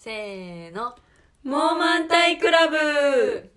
せーの、 モーマンタイクラブ。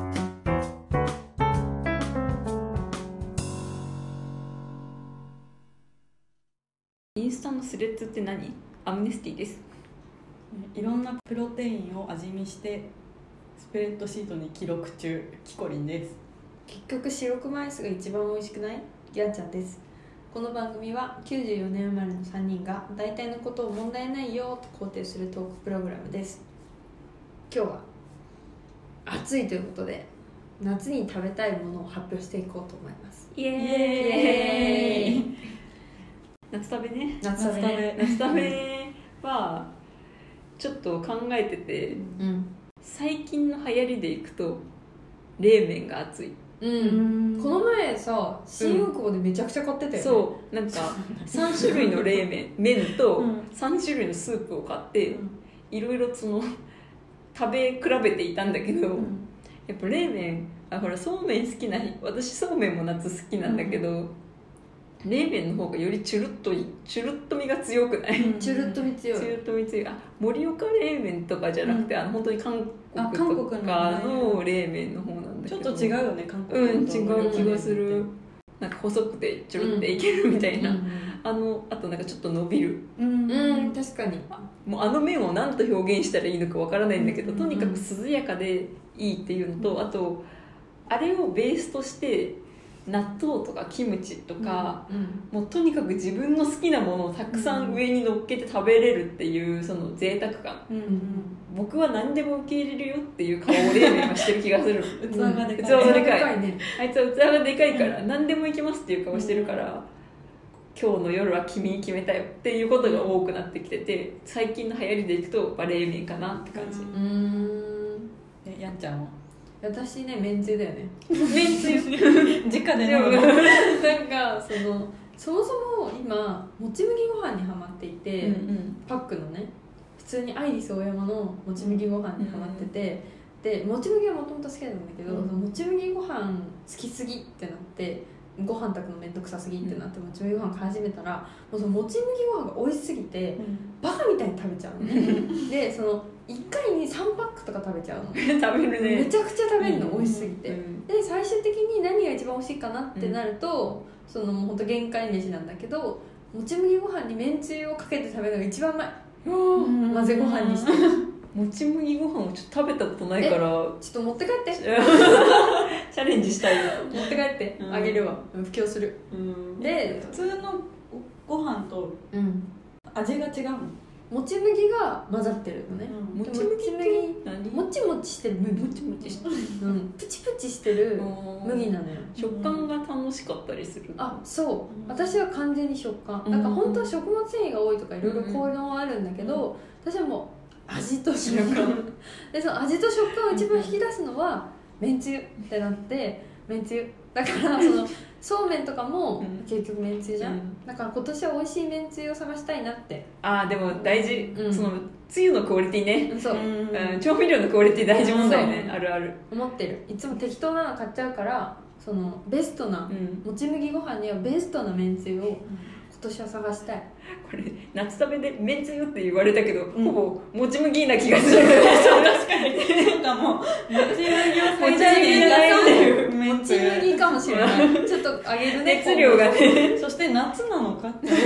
インスタのスレッズって何？アムネスティです。 いろんなプロテインを味見してスプレッドシートに記録中、キコリンです。 結局白熊アイスが一番美味しくない？やんちゃんです。この番組は94年生まれの3人が大体のことを問題ないよと肯定するトークプログラムです。今日は暑いということで夏に食べたいものを発表していこうと思います。 イエーイ。 イエーイ。 夏食べね。 夏食べはちょっと考えてて、最近の流行りでいくと冷麺が熱い。 この前さ、新大久保でめちゃくちゃ買ってたよね。 そうなんか3種類の冷麺と3種類のスープを買っていろいろその食べ比べていたんだけど、やっぱ冷麺、ほらそうめん好きな、私そうめんも夏好きなんだけど、冷麺の方がよりチュルッと身が強くない？ チュルッと身強い。 チュルッと身強い。盛岡冷麺とかじゃなくて、本当に韓国とかの冷麺の方なんだけど、 ちょっと違うよね、韓国と。 違う気がする。なんか細くてチュルっていけるみたいな、あとなんかちょっと伸びる、 確かに。 もうあの麺を何と表現したらいいのかわからないんだけど、とにかく涼やかでいいっていうのと、あとあれをベースとして納豆とかキムチとか、もうとにかく自分の好きなものをたくさん上に乗っけて食べれるっていうその贅沢感、僕は何でも受け入れるよっていう顔を冷麺はしてる気がする。 器がでかい。 器がでかいね。 あいつは器がでかいから何でもいけますっていう顔してるから、今日の夜は君に決めたよっていうことが多くなってきてて、最近の流行りでいくと冷麺かなって感じ。 やんちゃんは？ 私ね、めんつゆだよね。 めんつゆ直で飲む。 なんかそもそも今もち麦ご飯にハマっていて、パックのね、普通にアイリスオーヤマのもち麦ご飯にハマってて、でもち麦はもともと好きなんだけど、もち麦ご飯好きすぎってなって、ご飯炊くのめんどくさすぎってなって、もち麦ご飯買い始めたら、もうそのもち麦ご飯が美味しすぎて、バカみたいに食べちゃうのね。で1回に3パックとか食べちゃうの。 食べるね。 めちゃくちゃ食べるの、美味しすぎて。で最終的に何が一番美味しいかなってなると、もうほんと限界飯なんだけど、もち麦ご飯にめんつゆをかけて食べるのが一番うまい。混ぜご飯にして。 もち麦ご飯をちょっと食べたことないから、ちょっと持って帰って。 チャレンジしたいな。 持って帰ってあげるわ。布教する。で普通のご飯と味が違うの？ もち麦が混ざってるのね。 もち麦ってもちもちしてる麦、 もちもちしてる、 プチプチしてる麦なのよ。 食感が楽しかったりする。 そう、私は完全に食感。なんか本当は食物繊維が多いとかいろいろ効能はあるんだけど、私はもう味と食感で、その味と食感を一番引き出すのはめんつゆってなって、めんつゆだからそうめんとかも結局めんつゆじゃん、だから今年は美味しいめんつゆを探したいなって。 でも大事、そのつゆのクオリティね。 そう、 調味料のクオリティ大事問題ね。あるある思ってる。いつも適当なの買っちゃうから、ベストな、もち麦ご飯にはベストなめんつゆを今年は探したい。 これ夏食べでめんつゆって言われたけど、ほぼもち麦な気がする。 確かに。そうかも。もち麦を最大限ないもち麦かもしれない。ちょっとあげるね。 熱量がね。 そして夏なのかって。 今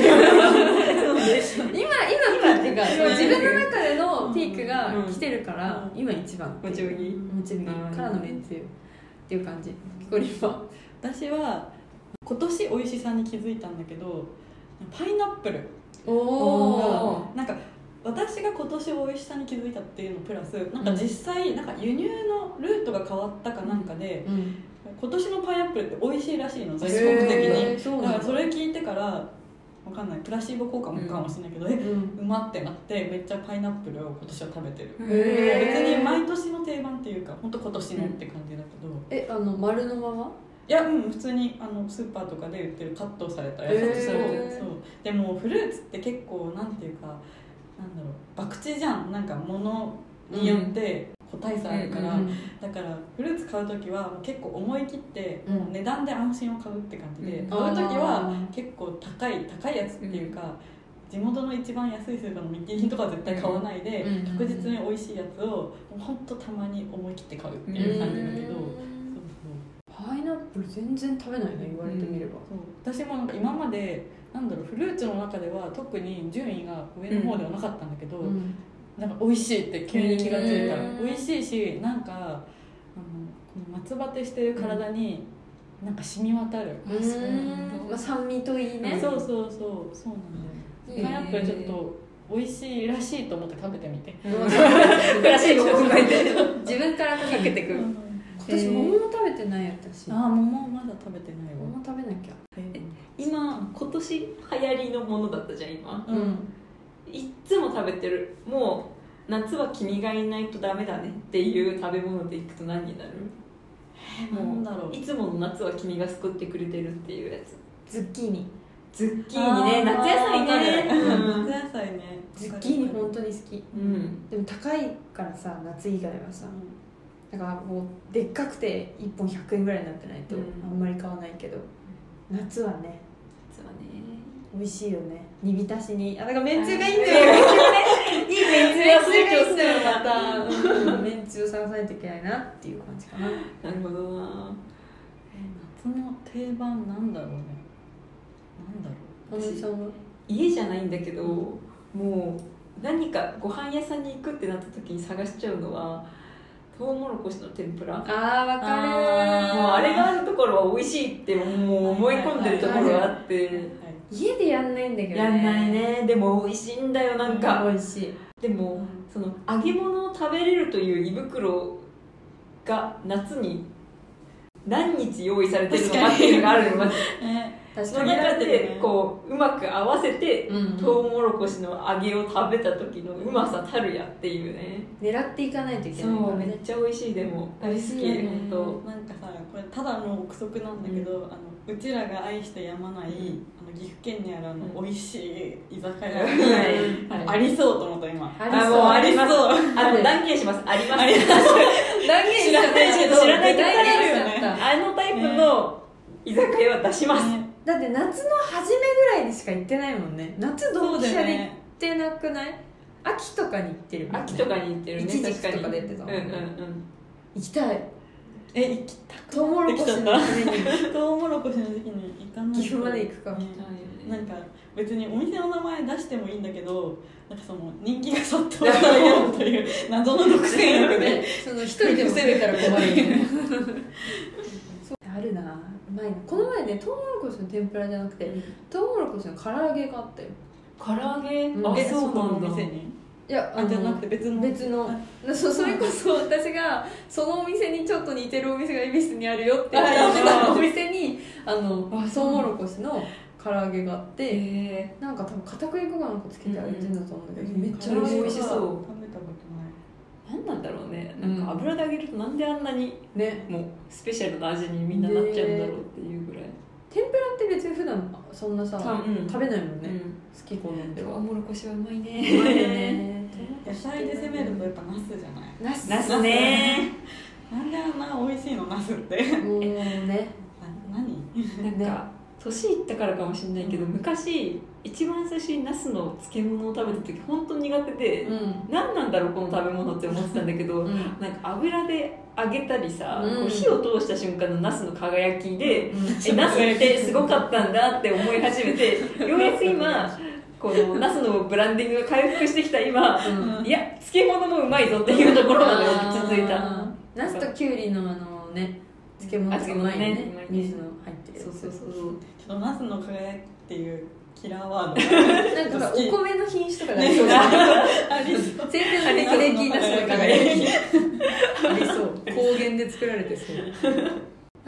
っていうか、自分の中でのピークが来てるから、今一番もち麦からのめんつゆっていう感じ。これは私は今年美味しさに気づいたんだけど、パイナップルがなんか私が今年美味しさに気づいたっていうのプラス、なんか実際なんか輸入のルートが変わったかなんかで、今年のパイナップルって美味しいらしいの、全国的に。だからそれ聞いてからわかんない、プラシーボ効果もかもしれないけど、うまってなってめっちゃパイナップルを今年は食べてる。別に毎年の定番っていうか、本当今年のって感じだけど。 丸のまま？ いや、普通にスーパーとかで売ってるカットされたやつ。そうでもフルーツって結構なんていうか、なんだろう、博打じゃん。なんか物によって個体差あるから、だからフルーツ買う時は結構思い切ってもう値段で安心を買うって感じで、買う時は結構高いやつっていうか、地元の一番安いスーパーのミッキー品とかは絶対買わないで、確実美味しいやつをほんとたまに思い切って買うっていう感じだけど、 パイナップル全然食べないね、言われてみれば。 私もなんか今までフルーツの中では特に順位が上の方ではなかったんだけど、なんか美味しいって急に気がついた。美味しいし、なんかこの夏バテしてる体になんか染み渡る。 酸味といいね。 そうなんだよ。パイナップルちょっと美味しいらしいと思って食べてみて。 らしいと考えて自分からかけてくる。今年桃も食べてない私。 桃まだ食べてないわ。 桃食べなきゃ。 今年流行りのものだったじゃん今。いっつも食べてる。もう夏は君がいないとダメだねっていう食べ物でいくと何になる？ なんだろう。 いつもの夏は君が救ってくれてるっていうやつ。 ズッキーニ。 ズッキーニね、夏野菜ね。 夏野菜ね。 ズッキーニ本当に好き。でも高いからさ、夏以外はさ。だからもうでっかくて1本100円ぐらいになってないとあんまり買わないけど、夏はね美味しいよね。煮浸しにだからめんつゆがいいんだよ。 いいめんつゆがいいんだよ。 まためんつゆを探さないといけないなっていう感じかな。 なるほどな。 夏の定番なんだろうね。 家じゃないんだけど、もう何かご飯屋さんに行くってなった時に探しちゃうのはトウモロコシの天ぷら。 わかる。 もうあれがあるところは美味しいってもう思い込んでるところがあって、 家でやんないんだけどね。 やんないね。でも美味しいんだよ。なんか美味しい。 でもその揚げ物を食べれるという胃袋が夏に何日用意されてるのかっていうのがあるの。まずその中でこううまく合わせてトウモロコシの揚げを食べた時のうまさたるやっていうね。 狙っていかないといけない。 そうめっちゃ美味しい。でも大好き。本当なんかさ、これただの憶測なんだけど、うちらが愛してやまない岐阜県にある美味しい居酒屋ありそうと思った今。 あります。断言します。あります。断言知らないけど知らないけどあのタイプの居酒屋は出します。 だって夏の初めぐらいにしか行ってないもんね。夏ドンピシャで行ってなくない？秋とかに行ってるもんね。 秋とかに行ってるね。 一時期とかで行ってたもんね。行きたい。 行きたくトウモロコシのためにトウモロコシの時期に行かないと。 岐阜まで行くか。 なんか別にお店の名前出してもいいんだけど、なんかその人気が殺到したら嫌だという謎の独占欲でその一人でも攻めたら困るよね。あるな。前この前ね、トウモロコシの天ぷらじゃなくて、トウモロコシの唐揚げがあったよ。 唐揚げ？ そうなの店に？いや、じゃなくて別のそれこそ私がそのお店にちょっと似てるお店が恵比寿にあるよって言ってたお店にトウモロコシの唐揚げがあって、なんか多分片栗粉がなんかつけてあるんだと思うんだけど、めっちゃ美味しそう。 食べたことない。 何なんだろうね。なんか油で揚げるとなんであんなにね、もうスペシャルな味にみんななっちゃうんだろうっていうぐらい。 天ぷらって別に普段そんなさ食べないもんね。好き好んでは。 トウモロコシはうまいね。 うまいよね。 野菜で攻めるとやっぱナスじゃない？ ナスね。 なんであんな美味しいのナスって。 もうね。 何？なんか年いったからかもしれないけど、昔一番最初にナスの漬物を食べた時本当に苦手で、何なんだろうこの食べ物って思ってたんだけど、なんか油で揚げたりさ、こう火を通した瞬間のナスの輝きで、ナスってすごかったんだって思い始めて、ようやく今このナスのブランディングが回復してきた今、いや漬物もうまいぞっていうところまで落ち着いた。 ナスとキュウリのね漬物がうまいね。水の入ってる。 そうちょっとナスの輝きっていうキラーワードなんかお米の品種とかでありそうありそう。全然あれナスの輝きありそう。高原で作られてそう。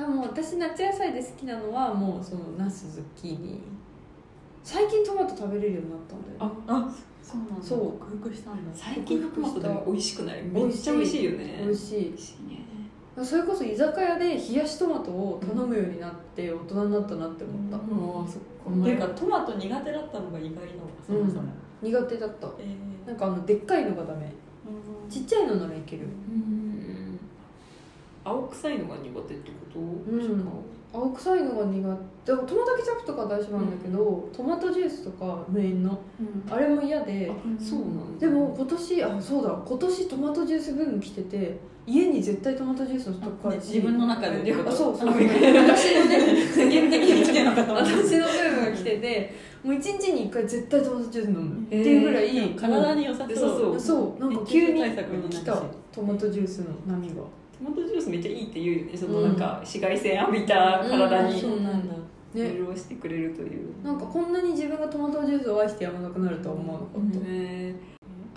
もう私夏野菜で好きなのはもうそのナスズッキーニ。最近トマト食べれるようになったんだよ。 そうなんだ。 そう克服したんだ。 最近のトマトでも美味しくない？めっちゃ美味しいよね。 美味しい。それこそ居酒屋で冷やしトマトを頼むようになって大人になったなって思った。 そっか。っていうかトマト苦手だったのが意外だわ。そもそも苦手だった。なんかでっかいのがダメ。ちっちゃいのならいける。 青臭いのが苦手ってこと？ 青臭いのが苦手。でもトマトケチャップとか大丈夫なんだけど、トマトジュースとか無塩の、あれも嫌で。 そうなんでも今年今年トマトジュースブーム来てて、家に絶対トマトジュースのストックあるし、 自分の中でそう私のね世間的に来てなかったもん。 私のブームが来てて、もう1日に1回絶対トマトジュース飲むっていうぐらい、 体に良さそう。 そうなんか急に対策になるし来たトマトジュースの波が。 トマトジュースめっちゃいいって言うよね。そのなんか紫外線浴びた体にそうなんだ。 潤してくれるという。 なんかこんなに自分がトマトジュースを愛してやまなくなるとは思わなかった。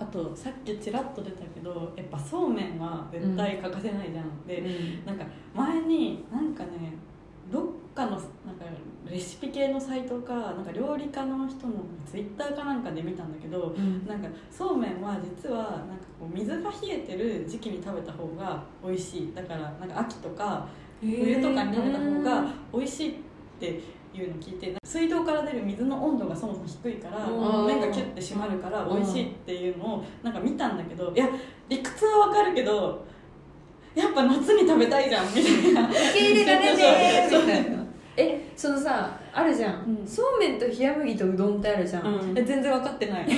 あとさっきちらっと出たけど、やっぱそうめんは絶対欠かせないじゃん。で、なんか前になんかね、どっかのなんかレシピ系のサイトかなんか料理家の人のツイッターかなんかで見たんだけど、なんかそうめんは実はなんかこう水が冷えてる時期に食べた方が美味しい。だからなんか秋とか冬とかに食べた方が美味しいっていうのを聞いて、水道から出る水の温度がそもそも低いから麺がキュッて締まるから美味しいっていうのをなんか見たんだけど、いや理屈はわかるけどやっぱ夏に食べたいじゃんみたいな。 受け入れられねーみたいな。そのさあるじゃん、そうめんと冷麦とうどんってあるじゃん、 全然分かってない。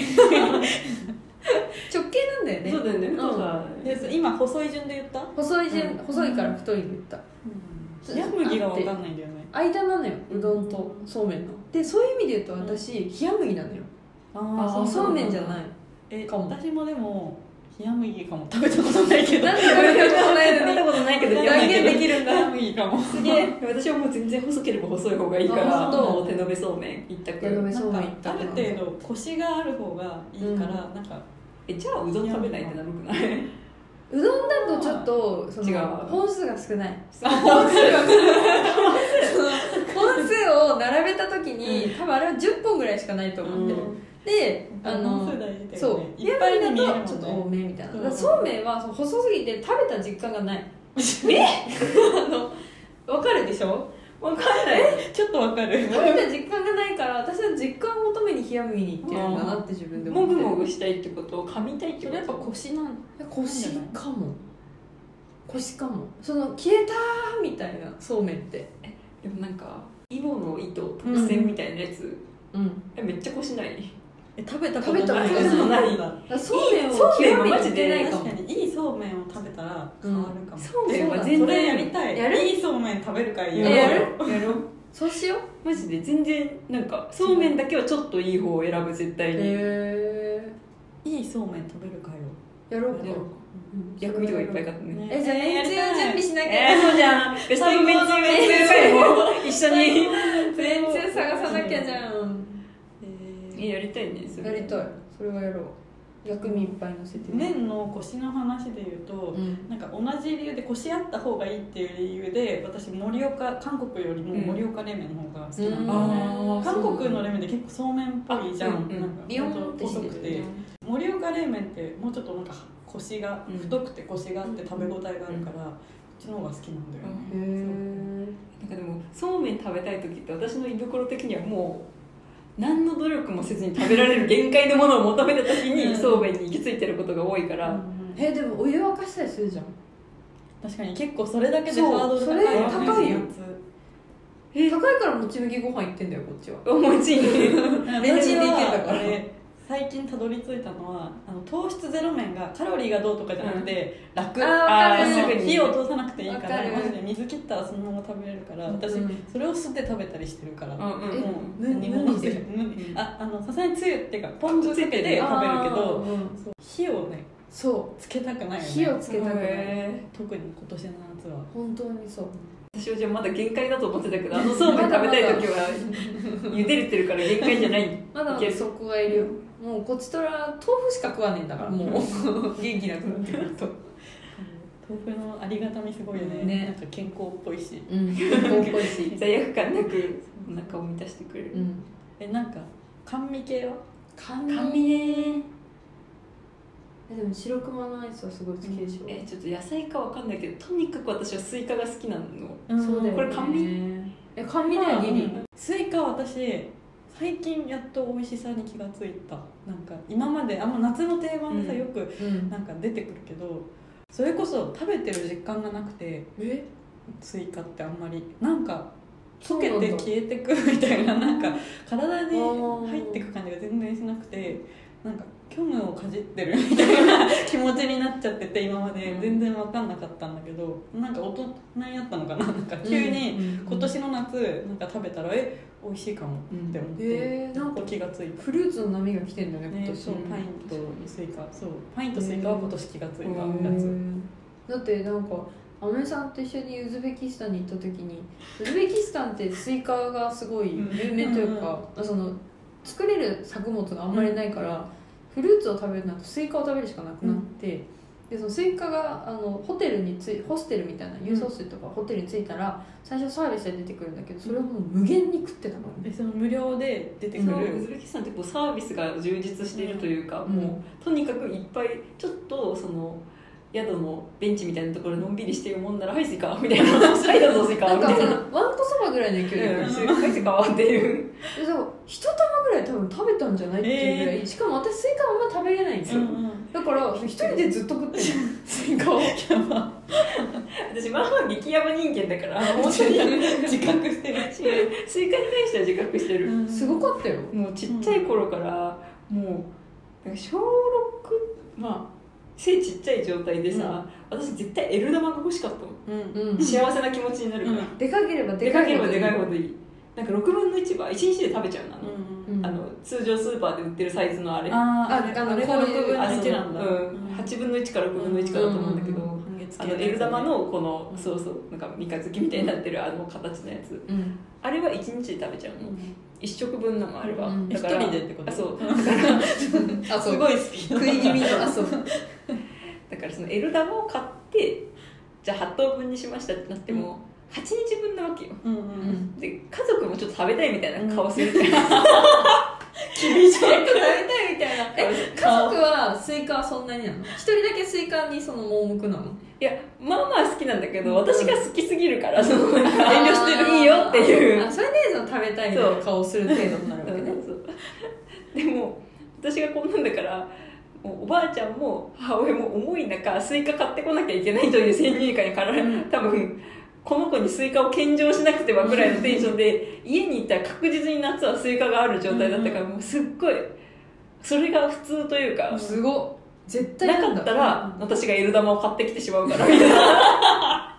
直径なんだよね。 そうだよね。 今細い順で言った？ 細いから太いで言った。 冷麦が分かんないんだよね。 間なのよ、うどんとそうめんの。でそういう意味で言うと私冷麦なのよ。そうめんじゃない。 私もでも冷麦かも。食べたことないけど。 なんで食べたことないのに。 食べたことないけど断言できるんだ。 冷麦かも。 すげえ。 私はもう全然細ければ細い方がいいからもう手延べそうめん一択。 手延べそうめん一択。 ある程度コシがある方がいいから、なんかじゃあうどん食べないってなるくない？ うどんだとちょっと違う本数が少ない。本数を並べた時に多分あれは10本ぐらいしかないと思ってる。で、そう、冷麦だとちょっと多めみたいな。そうめんは細すぎて食べた実感がない。わかるでしょ？ わかんない。 ちょっとわかる。 食べた実感がないから私は実感を求めに冷麦に行ってるんだなって自分で思ってる。 もぐもぐしたいってことを噛みたいってこと。 やっぱコシなん。 コシかも。コシかも。その消えたーみたいなそうめんって。 でもなんかイボの糸特選みたいなやつ、めっちゃコシない？ 食べたことない。 そうめんを極めにいけないかも。 確かにいいそうめんを食べたら変わるかも。 そうめんは全然やりたい。いいそうめん食べる会やろう。そうしよう。 マジで全然なんかそうめんだけはちょっといい方を選ぶ絶対に。 いいそうめん食べる会をやろうか。 薬味とかいっぱい買ってね。 じゃあめんつゆ準備しなきゃ。 そうじゃん。ベストめんつゆ会も一緒にめんつゆ探さなきゃじゃん。 やりたいね。 やりたい。それはやろう。薬味いっぱいのせて。 麺のコシの話で言うと、なんか同じ理由でコシあった方がいいっていう理由で、私韓国よりも盛岡冷麺の方が好きなんだよね。韓国の冷麺って結構そうめんっぽいじゃん。なんかビヨンって細くて、盛岡冷麺ってもうちょっとなんかコシが太くてコシがあって食べ応えがあるから、こっちの方が好きなんだよね。 なんかでもそうめん食べたい時って私の胃袋的にはもう何の努力もせずに食べられる限界のものを求めた時にそうめんに行き着いてることが多いから。 でもお湯沸かしたりするじゃん。 確かに結構それだけでハードル高い。 高いよ。高いからもち麦ご飯行ってんだよこっちは。 お餅にレンチンでいけるだから。 最近たどり着いたのは糖質ゼロ麺がカロリーがどうとかじゃなくて楽。すぐに火を通さなくていいからマジで水切ったらそのまま食べれるから、私それを吸って食べたりしてるから。 何もしてる。 さすがにつゆっていうかポン酢つけて食べるけど、火をねつけたくないよね。 火をつけたくない。 特に今年の夏は本当にそう。 私はじゃあまだ限界だと思ってたけど、そうめん食べたい時は茹でれてるから限界じゃない。 まだまだそこがいるよ。もうこちとら豆腐しか食わねえんだから、もう元気なくなってくると。 豆腐のありがたみすごいよね。なんか健康っぽいし、 健康っぽいし、 罪悪感なくお腹を満たしてくれる。 なんか甘味系は？ 甘味ね。でも白熊のアイスはすごい好きでしょ。 ちょっと野菜かわかんないけど、とにかく私はスイカが好きなの。 そうだよね。 これ甘味？ 甘味だよリリ。 スイカ私最近やっと美味しさに気がついた。なんか今まで夏の定番でさよくなんか出てくるけど、それこそ食べてる実感がなくて、スイカってあんまりなんか溶けて消えてくみたいな、なんか体に入ってく感じが全然しなくて、なんか虚無をかじってるみたいな気持ちになっちゃってて、今まで全然分かんなかったんだけど、なんか大人になったのかな、なんか急に今年の夏なんか食べたら美味しいかもって思って、 なんか気がついた。 フルーツの波が来てんだね今年。 そう、パインとスイカ、そうパインとスイカは今年気がついたやつ。 だってなんかアメさんと一緒にウズベキスタンに行った時に、ウズベキスタンってスイカがすごい有名というか、その作れる作物があんまりないから、フルーツを食べるのとスイカを食べるしかなくなって、でそのスイカがホステルみたいなユースホステルとかホテルに着いたら最初サービスで出てくるんだけど、それをもう無限に食ってたの。 その無料で出てくる。 ウズベキスタンってこうサービスが充実しているというか、もうとにかくいっぱいちょっとその宿のベンチみたいなところのんびりしてるもんなら「はいスイカ」みたいな「はいどうぞスイカ」みたいな、 ワンコそばぐらいの勢いで 「はいスイカ」っていうでさ、一玉ぐらい多分食べたんじゃないっていうぐらい、しかも私スイカあんま食べれないんですよ、だから一人でずっと食ってるスイカを。 私まあまあ激ヤバ人間だから本当に自覚してるスイカに対しては自覚してる、 すごかったよ。 もうちっちゃい頃からもうなんか小6、まあ背ちっちゃい状態でさ、私絶対 L 玉が欲しかったの、幸せな気持ちになるから、 でかければでかいほどいい。なんか6分の1は1日で食べちゃうの、通常スーパーで売ってるサイズのあれ、 あれが6分の1なんだ、 8分の1から6分の1かだと思うんだけど、L 玉のこのそうそうなんか三日月みたいになってる形のやつ、あれは1日で食べちゃうの、1食分なのあれは、 だから1人でってこと？ そうだからすごいスピード食い気味のそうだからその L 玉を買ってじゃあ8等分にしましたってなっても、8日分なわけよ、で家族もちょっと食べたいみたいな顔するじゃん、 厳しい食べたいみたいな。家族はスイカはそんなになの？一人だけスイカにその盲目なの？ いやまあまあ好きなんだけど、私が好きすぎるからその遠慮してるいいよっていう、 それでその食べたいみたいな顔する程度になるわけね。 でも私がこんなんだからもうおばあちゃんも母親も重い中スイカ買ってこなきゃいけないという先入観にから多分この子にスイカを献上しなくてはぐらいのテンションで家に行ったら確実に夏はスイカがある状態だったから、もうすっごいそれが普通というか、 すごっ、絶対なかったら私が L 玉を買ってきてしまうからみたいな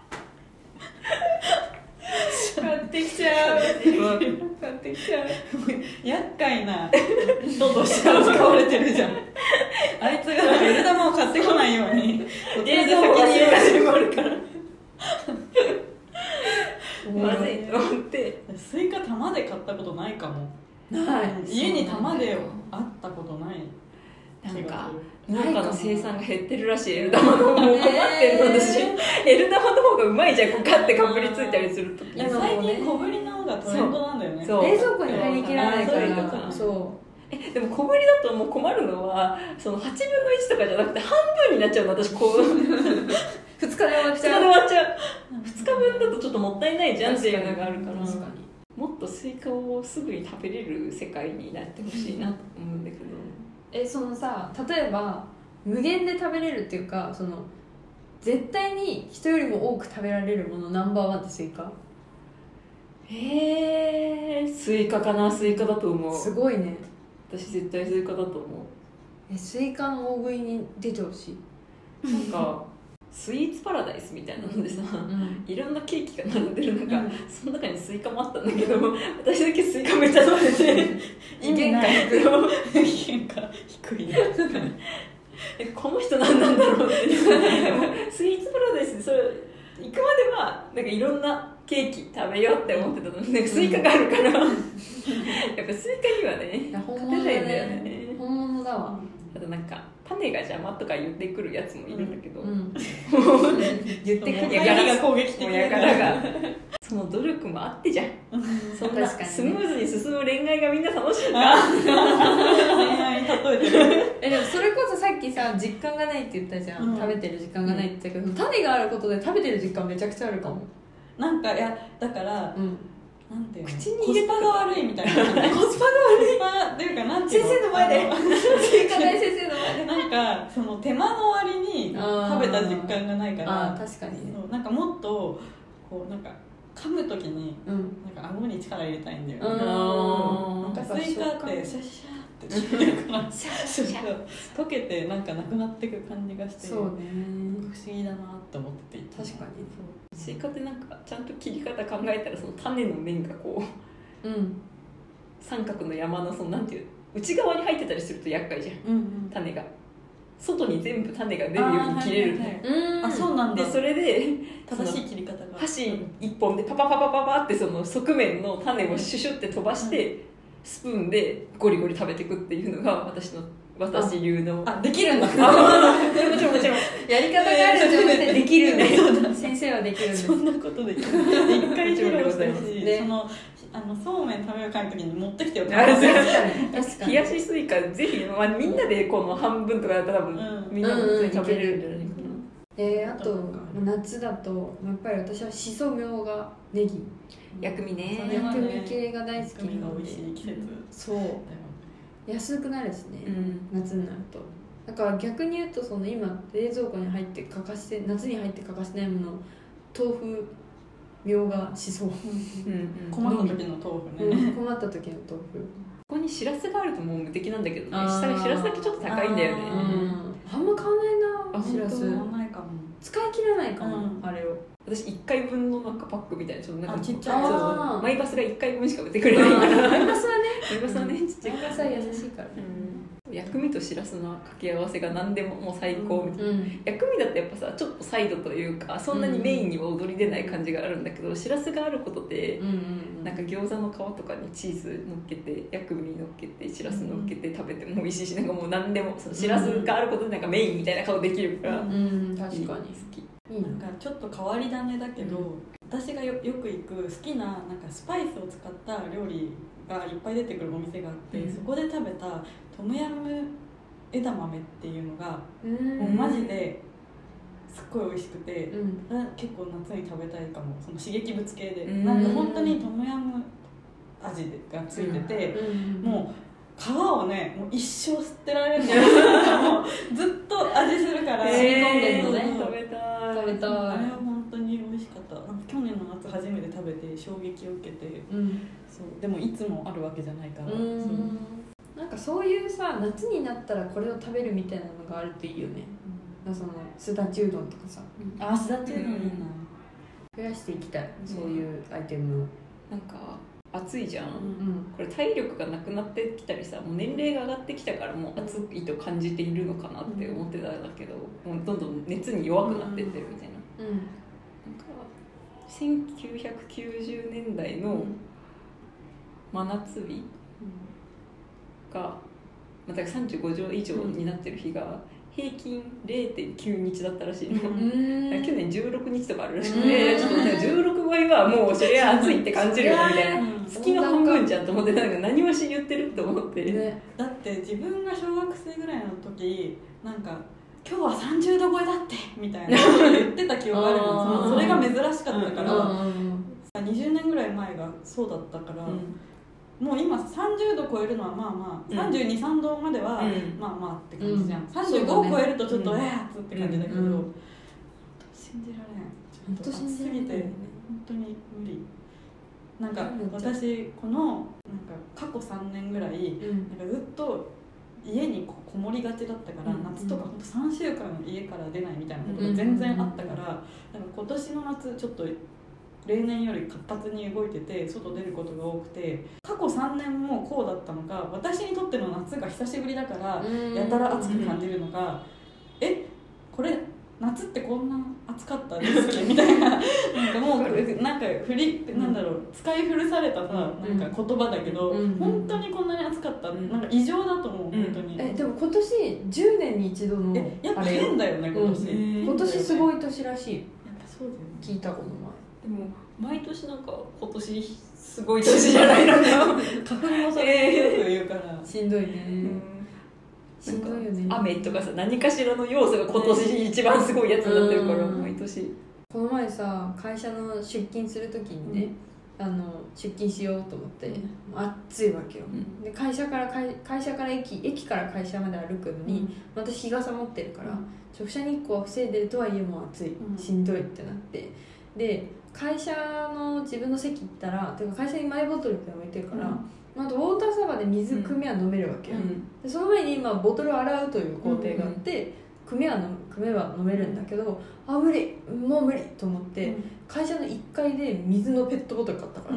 買ってきちゃう買ってきちゃう厄介な人として扱われてるじゃんあいつが L 玉を買ってこないように冷蔵庫に入れ始まるからまずいと思ってスイカ玉で買ったことないかも。 ない、 家に玉であったことない。 なんか農家の生産が減ってるらしい L 玉の方も困ってるの私 L 玉の方がうまいじゃん、こうガッてかぶりついたりするとき最近小ぶりの方がトレンドなんだよね。 冷蔵庫に入りきらないからそうでも小ぶりだともう困るのはその8分の1とかじゃなくて半分になっちゃうの、私こう2日で終わっちゃう2日分だとちょっともったいないじゃんっていうのがあるから、 確かにもっとスイカをすぐに食べれる世界になってほしいなと思うんだけど、 そのさ、例えば無限で食べれるっていうか、その絶対に人よりも多く食べられるものナンバーワンってスイカ？ スイカかな。スイカだと思う。 すごいね。 私絶対スイカだと思う。スイカの大食いに出てほしい。 なんかスイーツパラダイスみたいなのでさ、いろんなケーキが並んでる中、その中にスイカもあったんだけど、私だけスイカめっちゃ食べて意味ない。 原価低いねこの人何なんだろうってスイーツパラダイスでそれ行くまではなんかいろんなケーキ食べようって思ってたのに、なんかスイカがあるからやっぱスイカにはね本物だよね。本物だわ。 あとなんか種が邪魔とか言ってくるやつもいるんだけど、 言ってくるやからが攻撃的やからがその努力もあってじゃんそんなスムーズに進む恋愛がみんな楽しいんだ恋愛に例えてるでもそれこそさっきさ実感がないって言ったじゃん、食べてる時間がないって言ったけど、種があることで食べてる時間めちゃくちゃあるかも。 なんかいやだから、なんていうの、 口に入れコスパが悪いみたいなコスパが悪いっていうか、なんていうの、 先生の前でスイカ大先生の前でなんかその手間の割に食べた実感がないから、 確かにね。 なんかもっとこうなんか噛む時に、 うん、 なんか顎に力入れたいんだよね。 なんかスイカってシャシャってしてるからシャシャ溶けてなんかなくなってく感じがして、 そうね、 不思議だなって思ってて。 確かにスイカってなんかちゃんと切り方考えたらその種の面がこう、うん、三角の山のそのなんていう内側に入ってたりすると厄介じゃん、うんうん、種が外に全部種が出るように切れるね。 あ、そうなんだ。 でそれで正しい切り方が箸一本でパパパパパパってその側面の種をシュシュって飛ばして、うん、スプーンでゴリゴリ食べていくっていうのが私流の。 あ、できるんだ。もちろんやり方があるんじゃなくてできるんだ。先生はできるんです。 そんなことできる。一回披露したし、ね、そうめん食べる会の時に持ってきてよって言われて。 確かに。冷やしスイカぜひ、まあ、みんなでこの半分とかだったら多分、みんなも普通に食べれるんじゃないかな。 あと夏だとやっぱり私はしそみょうがネギ、 薬味ね。 薬味系が大好きなので。美味しい季節。 そう。安くなるしね、夏になると。だから逆に言うとその今冷蔵庫に入って夏に入って欠かせないもの、豆腐、みょうが、しそ、 困った時の豆腐ね、 困った時の豆腐。 ここにしらすがあるともう無敵なんだけどね。下にしらすだけちょっと高いんだよね。 あんま買わないな、しらす。使い切らないかも、あれを。 私1回分のなんかパックみたいな、ちょっとなんかちっちゃいマイバスが1回分しか売ってくれないから。 マイバスはね、 マイバスはね、ちっちゃい。 マイバスは優しいからね。 薬味としらすの掛け合わせが何でももう最高みたいな、薬味だってやっぱさちょっとサイドというかそんなにメインには踊り出ない感じがあるんだけど、しらすがあることで、なんか餃子の皮とかにチーズ乗っけて薬味乗っけてしらす乗っけて食べても美味しいし、なんかもう何でもそのしらすがあることでなんかメインみたいな顔できるから、 確かに好き。 なんかちょっと変わり種だけど、私がよく行く好きななんかスパイスを使った料理がいっぱい出てくるお店があって、そこで食べたトムヤム枝豆っていうのがもうマジですっごい美味しくて、結構夏に食べたいかも。その刺激物系で、なんか本当にトムヤム味がついてて、もう皮をねもう一生吸ってられるんだよ。もうずっと味するから染み込んでるのね。 食べたい。 あれは本当に美味しかった。なんか去年の夏初めて食べて衝撃を受けて、そうでもいつもあるわけじゃないから。 なんかそういうさ、夏になったらこれを食べるみたいなのがあるといいよね。そのすだちうどんとかさ、 すだちうどんいいな。 増やしていきたい、そういうアイテムを。 なんか暑いじゃん、これ体力がなくなってきたりさ、もう年齢が上がってきたからもう暑いと感じているのかなって思ってたんだけど、もうどんどん熱に弱くなってってるみたいな、なんか1990年代の真夏日が、だから35度以上になってる日が平均 0.9 日だったらしいの。去年16日とかあるらしくて、ちょっと16倍はもうそりゃ暑いって感じるよみたいな、月の半分じゃんと思って、なんか何もし言ってると思って、 だって自分が小学生ぐらいの時なんか今日は30度超えだってみたいなこと言ってた記憶があるの。それが珍しかったから、20年ぐらい前がそうだったから、もう今30度超えるのはまあまあ、32、3度まではまあまあって感じじゃん。35を超えるとちょっと暑って感じだけど、信じられない。ちょっと暑すぎて本当に無理。なんか私このなんか過去3年ぐらいなんかずっと家にこもりがちだったから、夏とか本当3週間家から出ないみたいなことが全然あったから、なんか今年の夏ちょっと例年より活発に動いてて外出ることが多くて、過去3年もこうだったのか、私にとっての夏が久しぶりだからやたら暑く感じるのか、これ夏ってこんな暑かったですっけみたいな、なんかもうなんかなんだろう、使い古されたさ、なんか言葉だけど、本当にこんなに暑かった、なんか異常だと思う、本当に。 でも今年10年に一度のやっぱ変だよね今年。 今年すごい年らしい。 やっぱそうだよね。 聞いたことない。 でも毎年なんか今年すごい年じゃないのか。 花粉もそれよく言うからしんどいね。しんどいよね。 雨とかさ、何かしらの要素が今年一番すごいやつになってるから、毎年。 この前さ、会社の出勤するときにね、出勤しようと思って、暑いわけよ、で会社から駅から会社まで歩くのに、私日傘持ってるから、直射日光は防いでるとはいえもう暑い、しんどいってなって、 で会社の自分の席行ったらてか会社にマイボトルみたいなの置いてるから、あとウォーターサーバーで水汲みは飲めるわけよ、でその前に今ボトルを洗うという工程があって、汲めば飲めるんだけど、あ無理もう無理と思って、会社の1階で水のペットボトル買ったから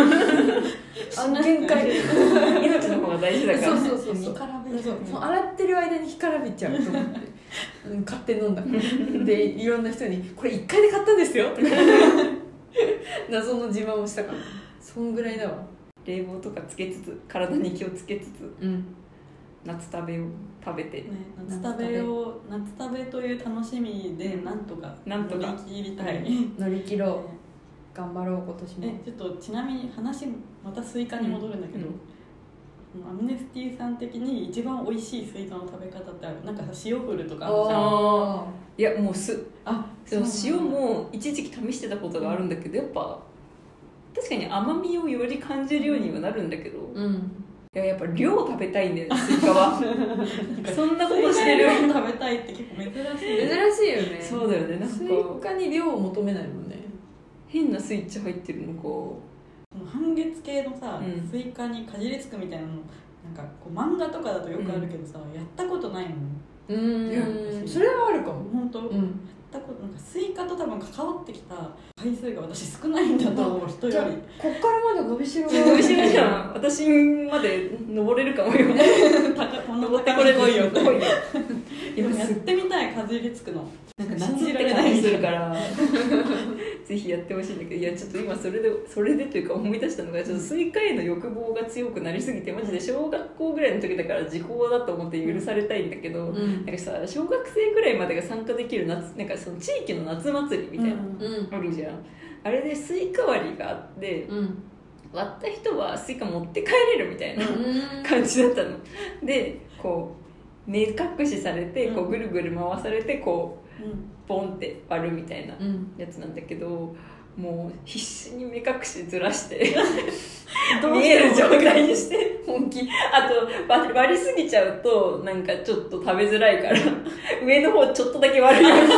限界命の方が大事だからそう洗ってる間に干からびちゃうと思って買って飲んだからでいろんな人に「これ1階で買ったんですよ」とか謎の自慢をしたから、そんぐらいだわ。 冷房とかつけつつ体に気をつけつつ、夏食べを食べて、 夏食べという楽しみでなんとか乗り切りたい、 乗り切ろう、頑張ろう今年も。 ちょっとちなみに話またスイカに戻るんだけど、アムネスティさん的に一番美味しいスイカの食べ方ってある？なんかさ、塩振るとかあるじゃん。いやもう塩も一時期試してたことがあるんだけど、やっぱ確かに甘みをより感じるようにはなるんだけど、やっぱ量食べたいんだよね、スイカはそんなことしてる量食べたいって結構珍しいよね。 そうだよね、なんかスイカに量を求めないもんね。 変なスイッチ入ってるのか。 半月系のさ、スイカにかじりつくみたいなの、なんかこう漫画とかだとよくあるけどさ、やったことないもん。 それはあるかも。 本当。やったことなんかスイカと多分関わってきた回数が私少ないんだと思う、人より。 こっからまだ伸びしろが伸びしろじゃん。私まで登れるかもよ。 登ってこれ来いよ。 やってみたい、かじりつくの。 なんか夏って感じするからぜひやってほしいんだけど、いやちょっと今それでというか思い出したのが、ちょっとスイカへの欲望が強くなりすぎて、マジで小学校ぐらいの時だから時効だと思って許されたいんだけど、なんかさ、小学生ぐらいまでが参加できるなんかその地域の夏祭りみたいな、あるじゃん。あれでスイカ割りがあって、割った人はスイカ持って帰れるみたいな感じだったので、こう目隠しされて、こうぐるぐる回されて、こうポンって割るみたいなやつなんだけど、もう必死に目隠しずらして見える状態にして本気。あと割りすぎちゃうとなんかちょっと食べづらいから上の方ちょっとだけ割るようにして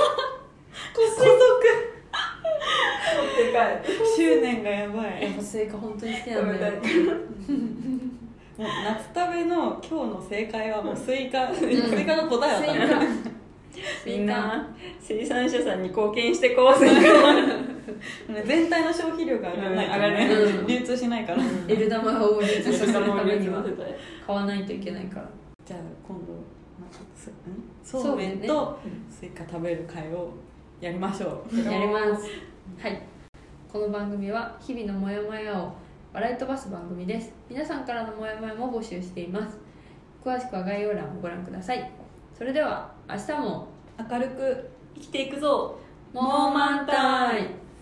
でかい執念がやばい。 やっぱスイカ本当に好きなんだよもう夏食べの今日の正解はもうスイカの答えだったね。 みんな生産者さんに貢献してこう。 全体の消費量が上がる、流通しないから、 エル玉を流通させるためには買わないといけないから。 じゃあ今度そうめんとスイカ食べる会をやりましょう。 やります。はい、この番組は日々のモヤモヤを笑い飛ばす番組です。皆さんからのモヤモヤも募集しています。詳しくは概要欄をご覧ください。それでは明日も明るく生きていくぞ。 もう満タン。